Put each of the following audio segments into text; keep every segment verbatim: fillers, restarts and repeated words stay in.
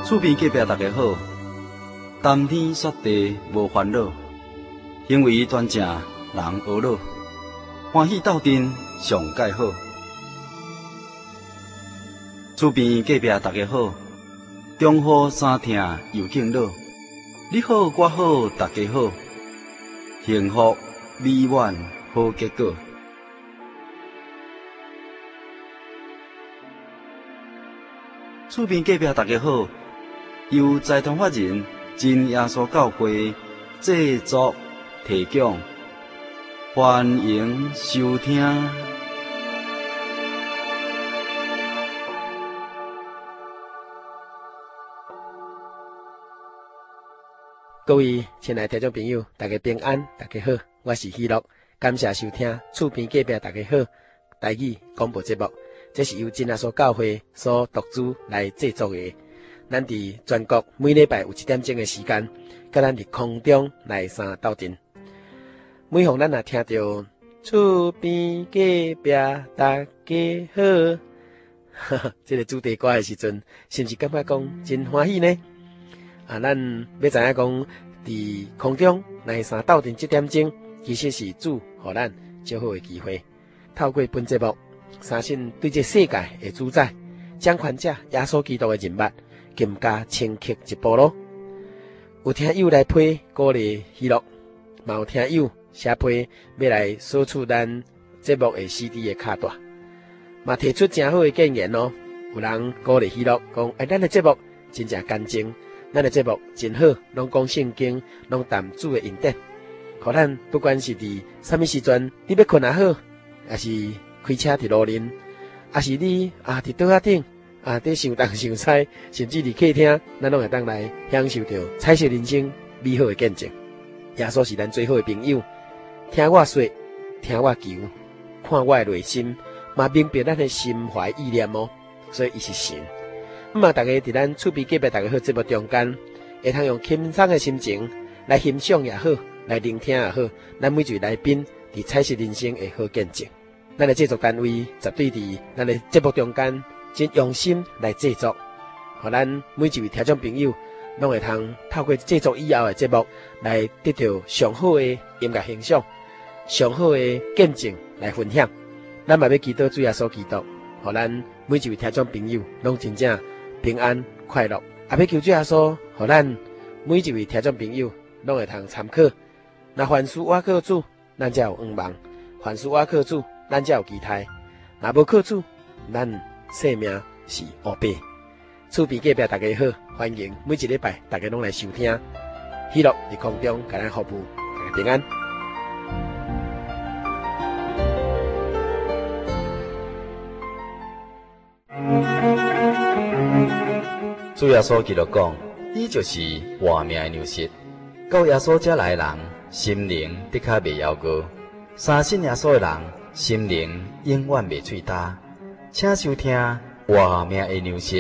厝边隔壁大家好，谈天说地无烦恼，行为端正人学老，欢喜斗阵上介好。厝边隔壁大家好，中好三听又敬老，你好我好大家好，幸福美满好结果。厝边隔壁大家好，由财团法人真耶稣教会制作提供，欢迎收听。 各位亲爱的听众朋友，大家平安，大家好，我是喜乐，感谢收听厝边隔壁大家好台语广播节目，这是由真耶稣教会所独资来制作的。咱伫全国每礼拜有一点钟的时间，甲咱伫空中来相斗阵。每逢咱也听到厝边隔壁大家好，哈哈，这个主题歌的时阵，是不是感觉讲真欢喜呢？啊，咱要知影讲，伫空中来相斗阵这点钟，其实是主互咱较好的机会。透过本节目，相信对这世界的主宰、掌权者耶稣基督的人物，更加清晰一步咯。有听友来批鼓励喜乐，嘛有听友写批要来索取咱节目的 C D 的卡带，嘛提出真好的建言咯。有人鼓励喜乐，讲哎，咱的节目真正干净。咱的节目真好，拢讲圣经，拢谈主的恩典。互咱不管是伫什么时阵，你要困也好，还是开车伫路面，还是你啊伫桌仔顶啊伫想东想西，甚至伫客厅，咱拢会当来享受到彩色人生美好的见证。耶稣是咱最好的朋友，听我说，听我求，看我的内心，嘛明白咱的心怀意念哦。所以伊是神。咁啊，大家伫咱厝边隔壁大家好节目中间，会通用轻松的心情来欣赏也好，来聆听也好，咱每一位来宾伫彩色人生的好见证。咱的制作单位绝对伫咱的节目中间真用心来制作，互咱每一位听众朋友拢会通透过制作以后的节目来得到上好的音乐欣赏，上好的见证来分享。咱嘛要祈祷主耶稣基督，互咱每一位听众朋友拢真正平安快乐，也要求主耶稣，互咱每一位听众朋友拢会通参考。那凡事我靠主，咱才有望望；凡事我靠主，咱才有期待。若无靠主，咱性命是乌白。厝边隔壁大家好，欢迎每一礼拜大家拢来收听，喜乐伫空中甲咱服务，大家平安。 主耶稣基督讲，你就是活命的粮食。到耶稣这来的人，心灵的确袂夭糕；相信耶稣的人，心灵永远袂脆焦。请收听活命的粮食。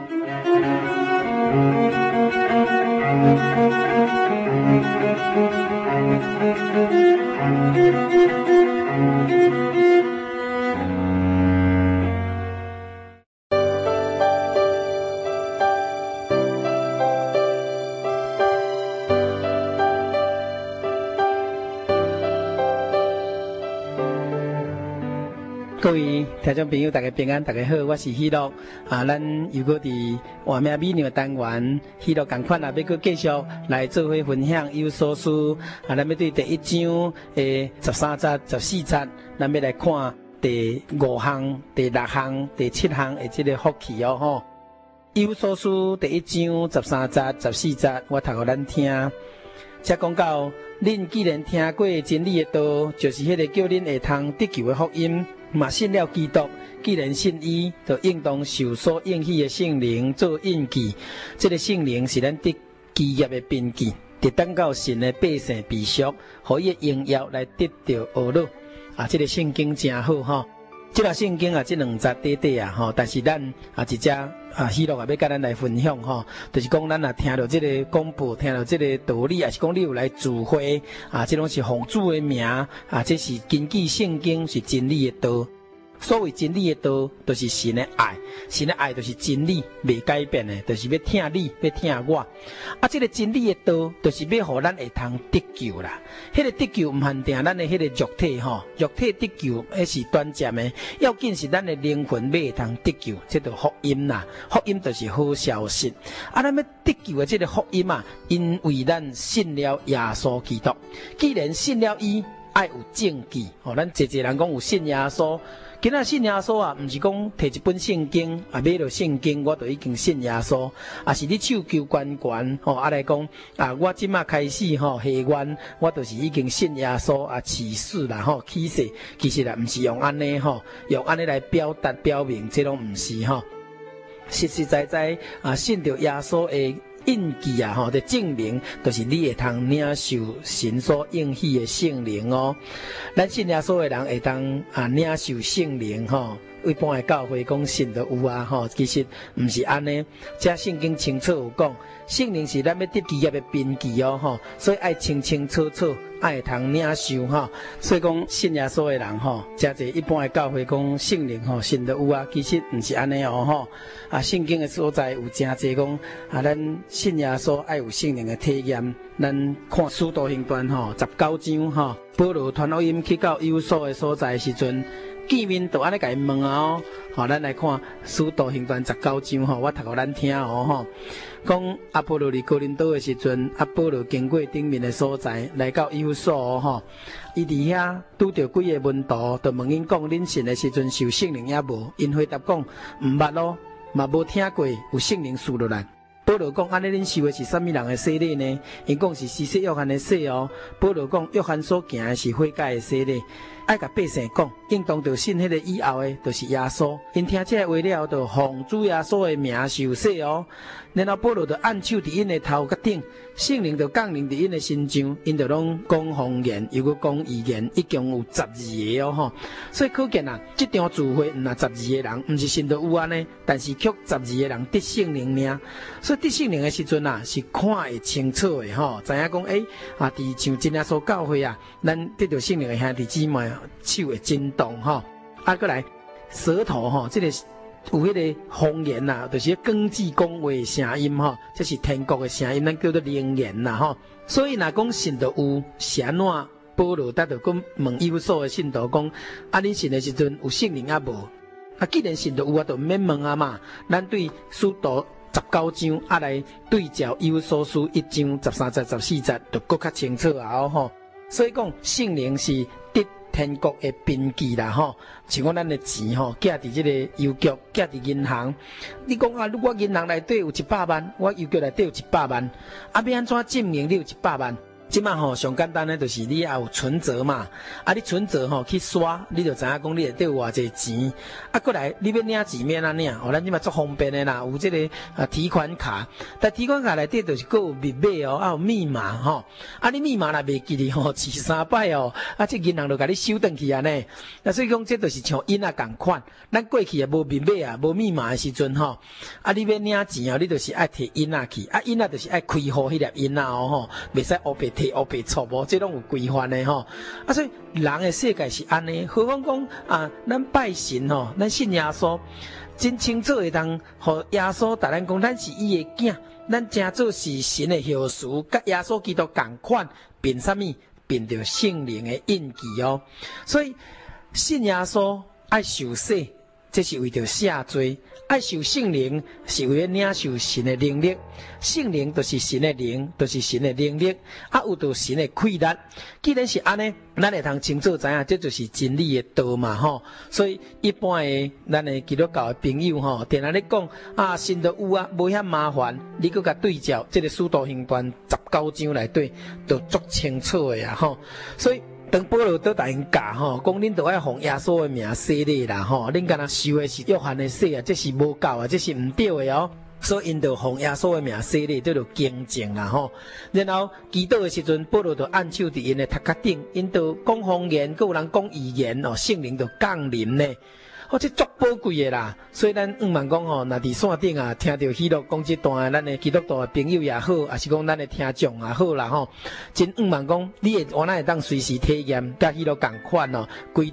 各位听众朋友，大家平安，大家好，我是喜乐啊。咱又搁伫活命美娘单元，喜乐同款啊，要搁继续来做伙分享有所书啊。咱要对第一章诶十三节、十四节，咱要来看第五项、第六项、第七项诶，这个福气哦吼。有所书第一章十三节、十四节，我读互咱听。则讲到，恁既然听过真理的道，就是迄个叫恁会通得救的福音。嘛信了基督，既然信伊，就应当受所应许的圣灵做印记。这个圣灵是咱得基业的凭据，得等到神的百姓被赎，互伊的荣耀来得到学乐。啊，这个圣经真好吼！这个圣经啊，这两节短短啊吼，但是咱啊一只啊喜乐也要甲咱来分享吼，就是讲咱啊听到这个广播，听到这个道理，也是讲你有来聚会啊，这种是奉主的名啊，这是根据圣经是真理的道。 所谓真理的道，就是神的爱，神的爱就是真理，未改变的，就是要听你，要听我。啊，这个真理的道，就是要互咱会通得救啦。迄、那个得救唔限定咱的迄个肉体吼，肉体得救迄是短暂的，要紧是咱的灵魂要会通得救，这就福音啦。福音就是好消息。啊，咱要得救的这个福音啊，因为咱信了耶稣基督，既然信了伊，爱有证据。吼、哦，咱侪侪人讲有信耶稣。今仔信耶稣啊，毋是讲摕一本圣经啊，买着圣经我就已经信耶稣，啊是你手求悬悬吼，啊来讲啊，我即马开始吼下愿，我就是已经信耶稣啊，起誓啦吼，起誓，其实啊，毋是用安尼吼，用安尼来表达表明，这拢毋是吼，实实在在啊，信着耶稣的印记啊，吼，的证明，就是你会通领受神所应许的圣灵哦。咱信耶稣的人会当啊领受圣灵吼。一般的教会讲信就有啊，吼，其实毋是安尼。这圣经清楚有讲，圣灵是咱要得基业的凭据哦，吼，所以爱清清楚楚，爱通领受吼。所以讲信耶稣的人吼，真侪一般的教会讲圣灵吼信就有啊，其实毋是安尼哦，吼。啊，圣经的所在有真侪讲啊，咱信耶稣爱有圣灵的体验。咱看使徒行传吼，十九章吼，保罗传福音去到有所的所在的时阵。见面就安尼甲伊问啊哦，吼，咱来看《使徒行传》十九章吼，我读互咱听哦吼。讲阿波罗伫哥林多的时阵，阿波罗经过顶面的所在，来到以弗所哦吼，伊伫遐拄着几个门徒，就问因讲：恁信的时阵受圣灵也无？因回答讲：毋捌咯，嘛无听过有圣灵赐落来。保罗讲：安尼恁受的是啥物人的洗礼呢？因讲是施洗约翰的洗哦。保罗讲：约翰所行的是悔改的洗礼。爱甲百姓讲，应当着信迄个以后的，就是耶稣。因听这个话了，就奉主耶稣的名受洗哦。然后保罗就按手伫因的头壳顶，圣灵就降临伫因的身上，因就拢讲方言，又搁讲语言，一共有十二个哦吼。所以可见啊，这场聚会毋若十二个人，毋是信得有安尼，但是却十二个人得圣灵尔。所以得圣灵的时阵啊，是看会清楚的吼，知影讲诶啊，伫像真耶稣教会啊，咱得到圣灵的兄弟姊妹。手会震动吼，啊，过来舌头吼，这个有迄个方言呐，就是根据讲话的声音吼，这是天国的声音，咱叫做灵言呐吼。所以若讲信就有，是安怎？保罗得就讲问以弗所的信徒讲：啊，你信的时阵有圣灵啊无？啊，既然信就有啊，就毋免问啊嘛。咱对使徒十九章啊来对照以弗所书一章十三节、十四节，就更较清楚啊吼。所以讲圣灵是得天国的凭据啦吼，像讲咱的钱吼，寄伫即个邮局，寄伫银行。你讲啊，我银行内底有一百万，我邮局内底有一百万，啊，要安怎证明你有一百万？即马吼上简单的就是你也有存折嘛，啊，你存折吼去刷，你就知影讲你内底有偌济钱。啊，过来你要领钱免安领，哦，咱即马足方便的啦，有即、这个啊提款卡，但提款卡内底就是佫有密码哦，啊有密码吼，啊你密码若袂记哩吼，试三摆哦，啊这银行就甲你收转去安尼。啊所以讲这就是像因仔共款，咱过去也无密码啊，无密码的时阵吼，啊你要领钱哦，你就是爱摕因仔去，啊因仔就是爱开好迄粒因仔哦吼，袂使乌白摕乌白错无，这拢有规范的吼。啊所以人的世界是安尼，何况讲啊咱拜神吼，咱信耶稣。真清楚会当，互耶稣达咱讲，咱是伊的囝，咱真做是神的后嗣，甲耶稣基督共款，凭什么？凭着圣灵的印记哦。所以信耶稣爱受洗，这是为着赦罪；爱受圣灵，是为了领受神的能力。圣灵就是神的灵，就是神的能力，啊有着神的气力。既然是安尼，咱会通清楚知影，这就是真理的道嘛吼。所以一般的咱的基督教的朋友吼，定安咧讲啊，信就有啊，无遐麻烦。你搁甲对照，这个使徒行传十九章内底，都足清楚的啊吼。所以当保罗倒大因教吼，讲恁都爱奉耶稣的名洗礼啦吼，恁敢若受的是约翰的洗啊，这是无够啊，这是毋对的哦。所以因就奉耶稣的名洗礼，这就更正啦吼。然后祈祷的时阵，保罗就按手伫因的头壳顶，因就讲方言，佮有人讲语言哦，圣灵就降临呢。哦，这足宝贵的啦。所以咱毋茫讲吼，若伫线顶啊，听到喜乐讲这段，咱的基督徒的朋友也好，还是讲咱的听众也好啦吼，真毋茫讲，你会我哪会当随时体验，甲喜乐共款哦，归着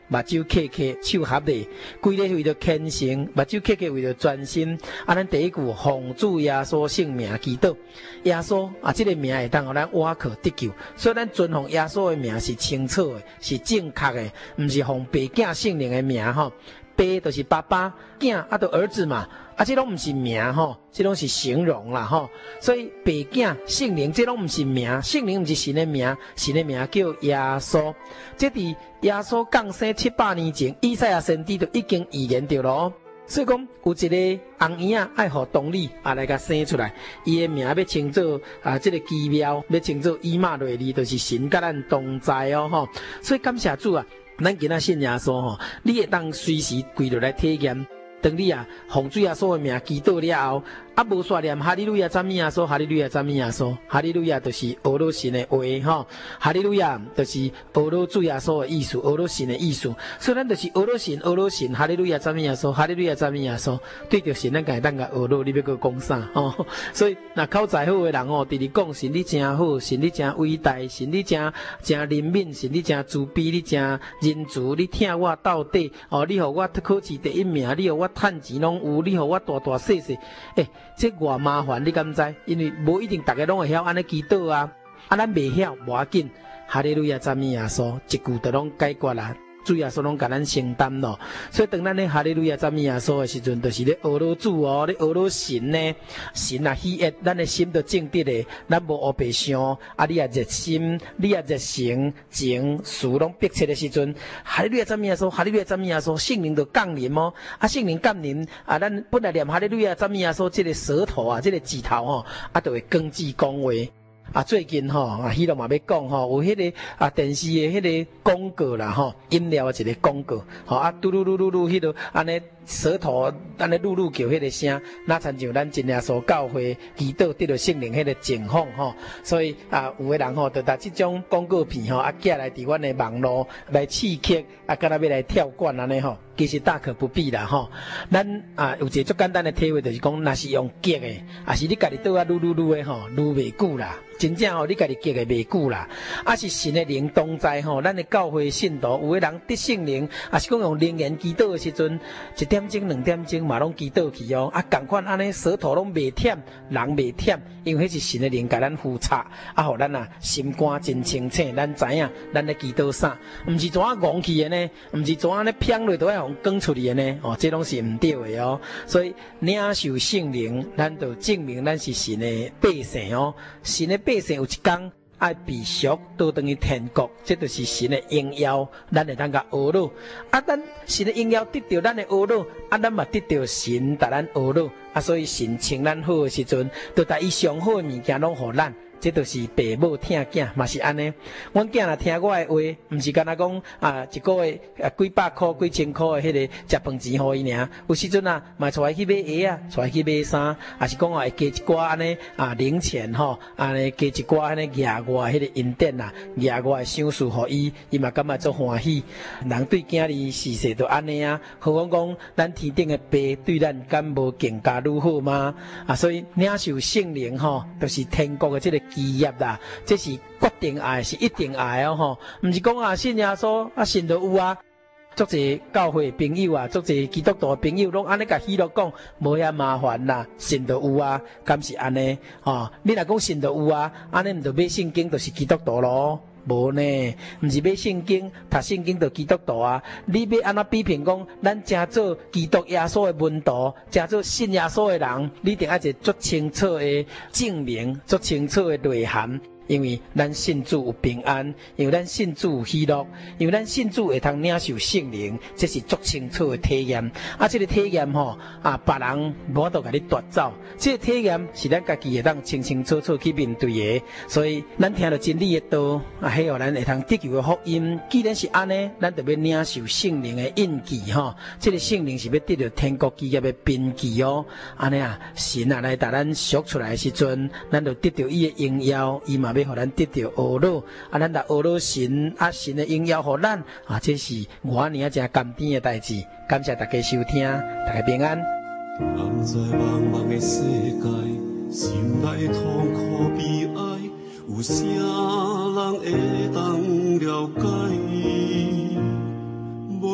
目睭刻刻，手合咧，规个为着虔诚，目睭刻刻为着专心。啊，咱第一句奉主耶稣圣名祈祷，耶稣啊，这个名会当互咱倚靠得救，所以咱尊奉耶稣的名是清楚的，是正确的，毋是奉爸囝圣灵的名吼。爸就是爸爸，囝啊就儿子嘛，啊这拢毋是名吼，这拢是形容啦吼。所以爸囝圣灵这拢毋是名，圣灵毋是神的名，神的名叫耶稣。这伫耶稣降生七百年前，以赛亚先知就已经预言着咯。所以讲有一个红婴仔爱互动力啊来甲生出来，伊的名要称作啊这个奇妙，要称作以马内利，就是神甲咱同在哦吼。所以感谢主啊！咱今仔信耶稣吼，你会当随时跪落来体验。当你啊奉主耶稣的名祈祷了后，啊无煞念哈利路亚赞美耶稣，哈利路亚赞美耶稣，哈利路亚就是俄罗神的话吼，哈利路亚就是俄罗主耶稣的意思，俄罗神的意思。所以咱就是俄罗神，俄罗神，哈利路亚赞美耶稣，哈利路亚赞美耶稣。对着神，咱家当个俄罗，你要搁讲啥吼？所以那口才好的人哦，直直讲神你真好，神你真伟大，神你真真怜悯，神你真慈悲，你真仁慈，你听我到底哦，你互我考试第一名，你互我趁钱拢有，你互我大大细细，诶，这偌麻烦，你敢知？因为无一定大家拢会晓安尼祈祷啊，啊，咱袂晓无要紧，哈利路亚赞美耶稣，一句就拢解决啦。主耶稣拢甲咱承担咯，所以当咱咧哈利路亚赞美耶稣的时阵，就是咧学老主哦，咧学老神呢，神啊喜悦，咱的心都正直的，咱无黑白相，啊你也热心，你也热诚情事拢迫切的时阵，哈利路亚赞美耶稣，哈利路亚赞美耶稣，圣灵就降临哦，啊圣灵降临啊，咱本来念哈利路亚赞美耶稣，这个舌头啊，这个指头吼，啊就会更记讲话。啊，最近吼啊，希罗嘛要讲吼，有迄、那个啊电视的迄个广告啦吼，饮料的一个广告，吼啊嘟噜噜噜噜，迄个安尼舌头安尼噜噜叫迄个声，那参像咱真耶稣教会祈祷得到圣灵迄个情况吼，所以啊有的人吼，就拿这种广告片吼啊寄来伫阮的网络来刺激，啊，敢若要来跳管安尼吼，其实大可不必啦吼。咱啊有一个最简单的体会，就是讲，若是用激的，啊是你家己倒啊噜噜噜的吼，噜袂久啦。真正吼，你家己激的袂久啦，啊是神的灵同在吼，咱的教会信徒有的人得圣灵，啊是讲用灵言祈祷的时阵，一点钟两点钟嘛拢祈祷去哦，啊同款安尼舌头拢袂忝，人袂忝，因为迄是神的灵甲咱扶擦，啊互咱啊心肝真清醒，咱知影咱咧祈祷啥，毋是怎啊戆去的呢，毋是怎啊咧偏落都要互讲出去的呢，哦，这拢是毋对的哦，所以领受圣灵，咱就证明咱是神的百姓哦，神的百姓有一天爱被赎倒转去天国，这就是神的应邀，咱会当甲学了。啊，咱神的应邀得到咱的学了，啊，咱嘛得到神带咱学了。啊，所以神称咱好的时阵，就把伊上好的物件拢互咱。这就是爸母听囝，嘛是安尼。阮囝若听我的话，毋是干那讲啊，一个月啊几百块、几千块的迄个食饭钱互伊尔。有时阵啊，嘛带去买鞋啊，带去买衫，啊是讲啊会加一寡安尼啊零钱吼，安尼加一寡安尼额外迄个银锭啊，额外的赏赐互伊，伊嘛感觉足欢喜。人对囝儿事事都安尼啊，何况讲咱天顶的爸对咱敢无更加愈好吗？啊，所以领受圣灵吼，就是天国的这个基业啦，这是决定爱，是一定爱哦吼，毋是讲啊信耶稣啊信就有啊。足侪教会朋友啊，足侪基督徒朋友拢安尼甲喜乐讲，无遐麻烦啦，信就有啊，敢是安尼吼？你若讲信就有啊，安尼毋着买圣经就是基督徒咯。无呢，毋是买圣经，读圣经就基督徒啊！你要安怎比评讲，咱真做基督耶稣的门徒，真做信耶稣的人，你一定爱一个足清楚的证明，足清楚的内涵。因为咱信主有平安，因为咱信主有喜乐，因为咱信主会通领受圣灵，这是足清楚的体验。啊，这个体验吼，啊，别人无法度甲你夺走。这个体验是咱家己会当清清楚楚去面对的。所以，咱听到真理的道，啊，希望咱会通得救的福音。既然是安尼，咱就要领受圣灵的印记吼。这个圣灵是要得到天国基业的凭据哦。安尼啊，神啊来带咱赎出来的时阵，咱就得到伊的应邀，伊嘛。要互咱得到学老，啊，咱来学老神，啊，神的应邀互咱，啊，这是我呢真甘甜的代志。感谢大家收听，大家平安。 人在茫茫的世界，心内痛苦悲哀，有啥人会当了解？无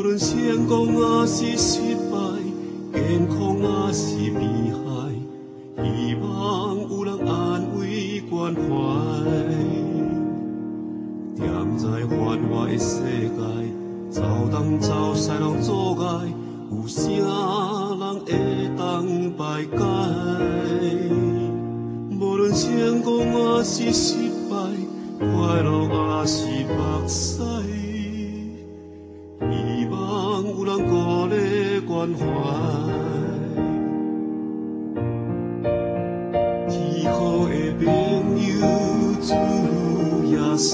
无论成功还是失败，健康还是悲哀，希望有人安慰关怀。踮在繁华的世界，走东走西拢阻碍，有啥人会当排解？无论成功还是失败，快乐还是目屎，希望有人鼓励关怀。天好的朋友主耶稣，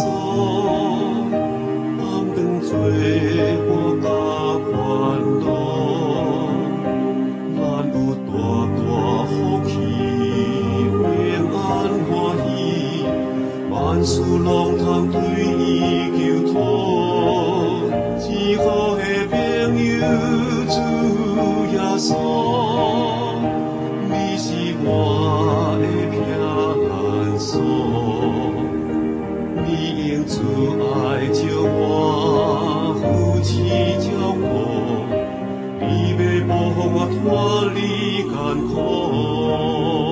暗中做我甲烦恼，咱有大大福气，平安欢喜，万事拢通对伊求托。天好的朋友主耶稣，你是我的平安锁，你用慈爱照我，扶持照顾，你要保护我脱离艰苦。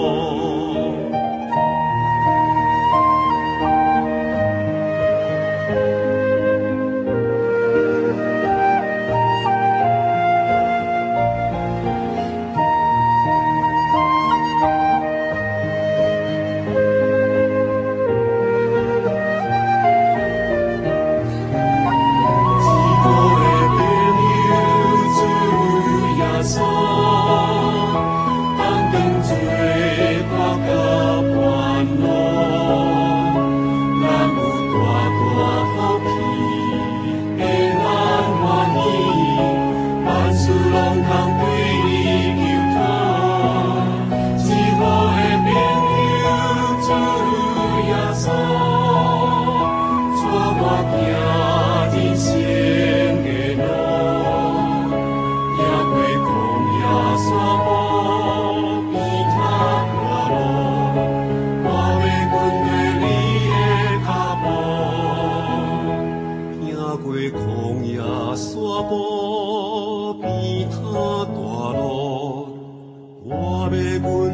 我要